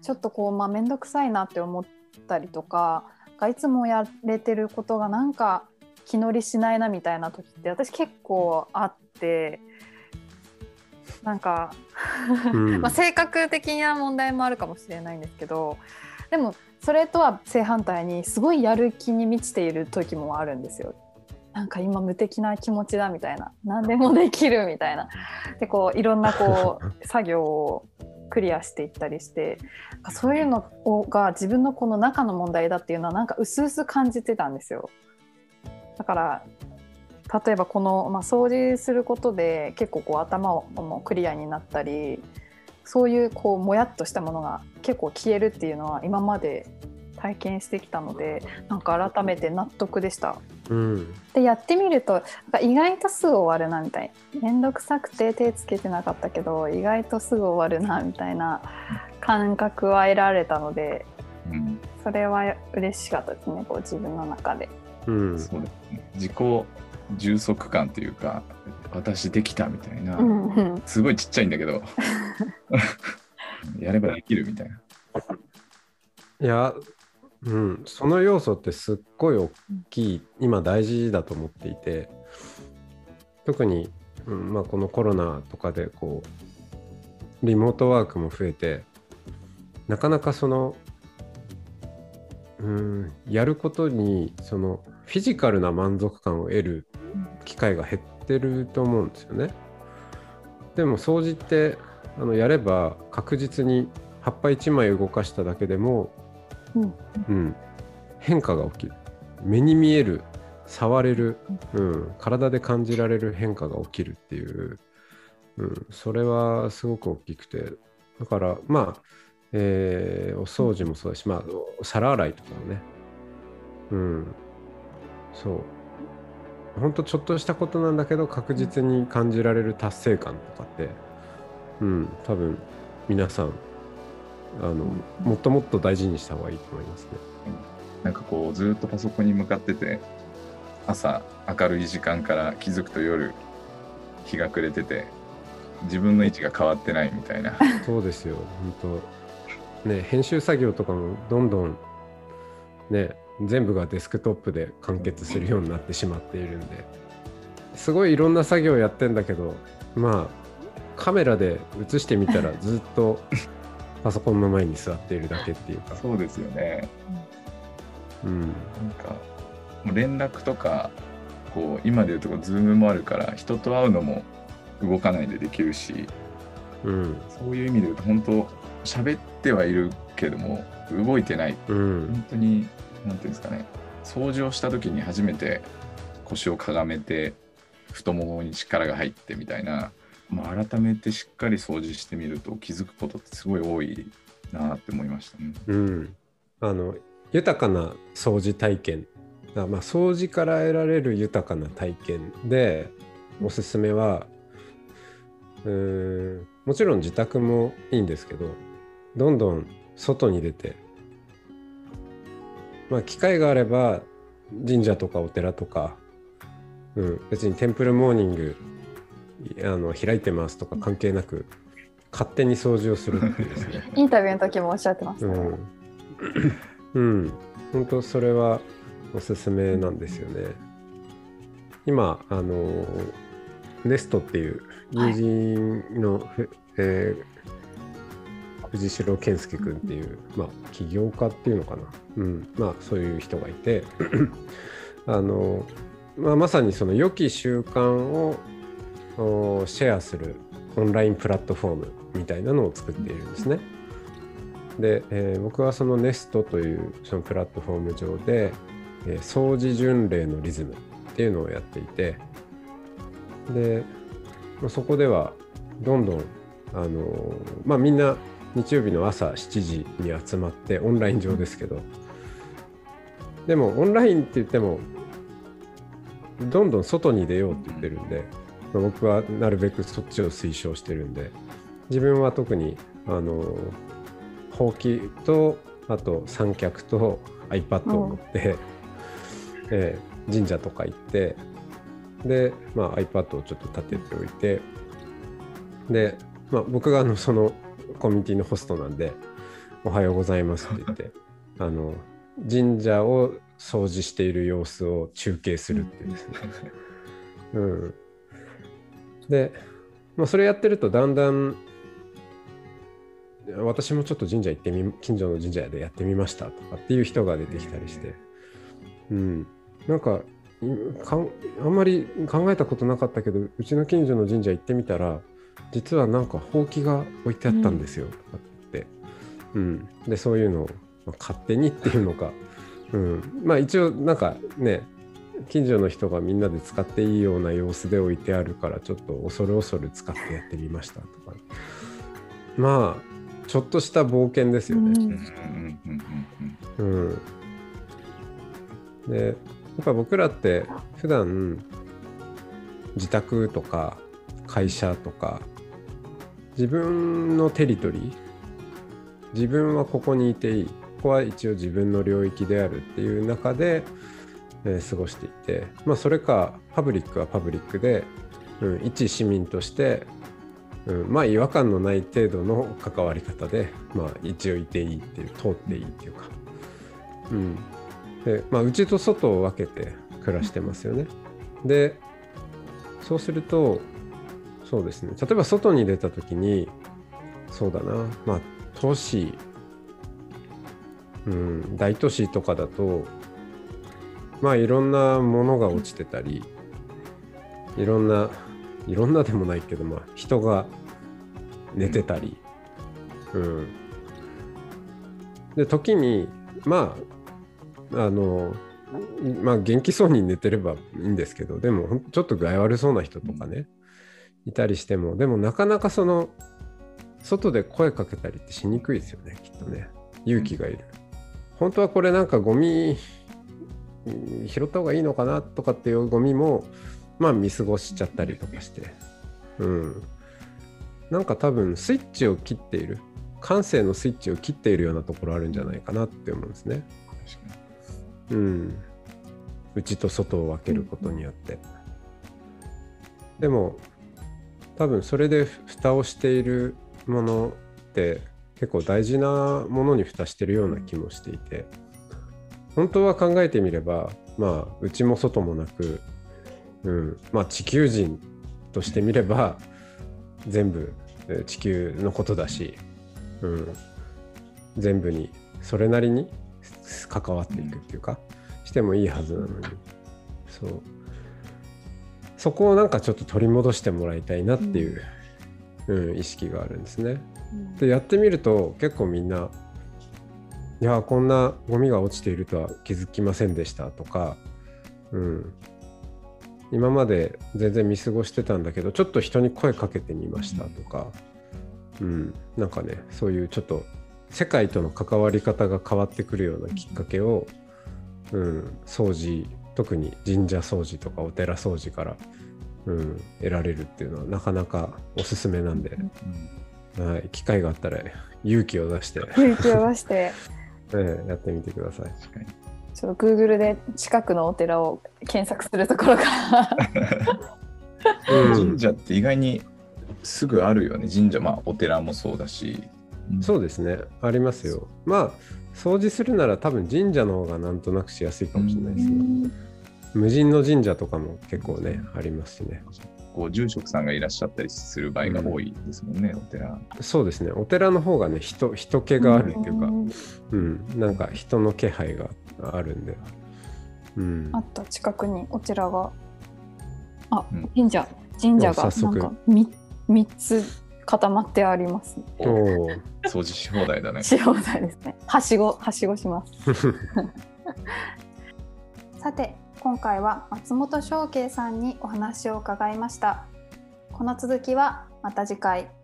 ちょっとこう、めんどくさいなって思ったりとか、いつもやれてることがなんか気乗りしないなみたいな時って私結構あって、なんか性格的な問題もあるかもしれないんですけど、でもそれとは正反対にすごいやる気に満ちている時もあるんですよ。なんか今無敵な気持ちだみたいな、何でもできるみたいなで、こういろんなこう作業をクリアしていったりして、そういうのが自分のこの中の問題だっていうのはなんか薄々感じてたんですよ。だから例えばこの、掃除することで結構こう頭もクリアになったり、そういうこうもやっとしたものが結構消えるっていうのは今まで体験してきたので、なんか改めて納得でした。でやってみると意外とすぐ終わるなみたいな、めんどくさくて手つけてなかったけど意外とすぐ終わるなみたいな感覚は得られたので、それは嬉しかったですね、こう自分の中で。 そうですね、自己充足感というか、私できたみたいな、すごいちっちゃいんだけどやればできるみたいな。 いや、その要素ってすっごい大きい、今大事だと思っていて、特に、このコロナとかでこうリモートワークも増えて、なかなかそのやることにそのフィジカルな満足感を得る機会が減ってると思うんですよね。でも掃除ってやれば確実に葉っぱ1枚動かしただけでも、変化が起きる。目に見える、触れる、体で感じられる変化が起きるっていう、それはすごく大きくて、だからお掃除もそうだし、皿洗いとかもね、そう本当ちょっとしたことなんだけど確実に感じられる達成感とかって、多分皆さんもっともっと大事にした方がいいと思いますね。 なんかこうずっとパソコンに向かってて、朝明るい時間から気づくと夜日が暮れてて、自分の位置が変わってないみたいな。 そうですよ、本当ね、編集作業とかもどんどんね、全部がデスクトップで完結するようになってしまっているんで、すごいいろんな作業やってんだけど、カメラで映してみたらずっとパソコンの前に座っているだけっていうか。 そうですよね。なんか連絡とかこう今でいうとズームもあるから人と会うのも動かないでできるし、そういう意味で言うと本当喋ってはいるけども動いてない、本当になんていうんですかね、掃除をした時に初めて腰をかがめて太ももに力が入ってみたいな、改めてしっかり掃除してみると気づくことってすごい多いなって思いましたね。 豊かな掃除体験、掃除から得られる豊かな体験でおすすめは、もちろん自宅もいいんですけど、どんどん外に出て、機会があれば神社とかお寺とか、別にテンプルモーニング開いてますとか関係なく勝手に掃除をするっていうですねインタビューの時もおっしゃってましたね。 本当それはおすすめなんですよね。今ネストっていう友人の、藤城健介君っていう、起業家っていうのかな、そういう人がいてまさにその良き習慣をシェアするオンラインプラットフォームみたいなのを作っているんですね。で、僕はそのネストというそのプラットフォーム上で、掃除巡礼のリズムっていうのをやっていて、で、そこではどんどんみんな日曜日の朝7時に集まってオンライン上ですけど、でもオンラインって言ってもどんどん外に出ようって言ってるんで、僕はなるべくそっちを推奨してるんで、自分は特にほうきとあと三脚と iPad を持って、神社とか行って、で、iPad をちょっと立てておいて、で、僕がそのコミュニティのホストなんで、 おはようございますって言って神社を掃除している様子を中継するっていうですね、うん、で、それやってるとだんだん私もちょっと神社行って近所の神社でやってみましたとかっていう人が出てきたりして、なんかあんまり考えたことなかったけど、うちの近所の神社行ってみたら実はなんかほうきが置いてあったんですよとかってでそういうのを、勝手にっていうのか、一応なんかね近所の人がみんなで使っていいような様子で置いてあるからちょっと恐る恐る使ってやってみましたとか、ちょっとした冒険ですよね。でやっぱ僕らって普段自宅とか会社とか自分のテリトリー、自分はここにいていい、ここは一応自分の領域であるっていう中で、過ごしていて、それかパブリックはパブリックで、一市民として、違和感のない程度の関わり方で、一応いていいっていう、通っていいっていうか、で内と外を分けて暮らしてますよね。でそうするとそうですね、例えば外に出た時にそうだな、都市、大都市とかだといろんなものが落ちてたり、いろんなでもないけど、人が寝てたり、で時に元気そうに寝てればいいんですけど、でもちょっと具合悪そうな人とかね、いたりしても、でもなかなかその外で声かけたりってしにくいですよね、きっとね。勇気がいる。本当はこれなんかゴミ拾った方がいいのかなとかっていうゴミも見過ごしちゃったりとかして、なんか多分スイッチを切っている、感性のスイッチを切っているようなところあるんじゃないかなって思うんですね。内と外を分けることによって、でも多分それで蓋をしているものって結構大事なものに蓋してるような気もしていて、本当は考えてみれば内も外もなく、地球人としてみれば全部地球のことだし、全部にそれなりに関わっていくっていうかしてもいいはずなのに、そこをなんかちょっと取り戻してもらいたいなっていう、意識があるんですね。でやってみると結構みんな、いやこんなゴミが落ちているとは気づきませんでしたとか、今まで全然見過ごしてたんだけどちょっと人に声かけてみましたとか、なんかねそういうちょっと世界との関わり方が変わってくるようなきっかけを、掃除、特に神社掃除とかお寺掃除から、得られるっていうのはなかなかおすすめなんで、機会があったら勇気を出してやってみてください。 ちょっと Google で近くのお寺を検索するところから神社って意外にすぐあるよね。神社、お寺もそうだし、 そうですね、ありますよ。掃除するなら多分神社の方がなんとなくしやすいかもしれないですね。無人の神社とかも結構ねありますしね。 住職さんがいらっしゃったりする場合が多いですもんね、お寺。 そうですね、お寺の方がね人気があるっていうか、なんか人の気配があるんで、 あった近くにお寺が神社がなんか3つ固まってあります、 掃除し放題だね。 し放題ですね。はしごしますさて今回は松本翔慶さんにお話を伺いました。この続きはまた次回。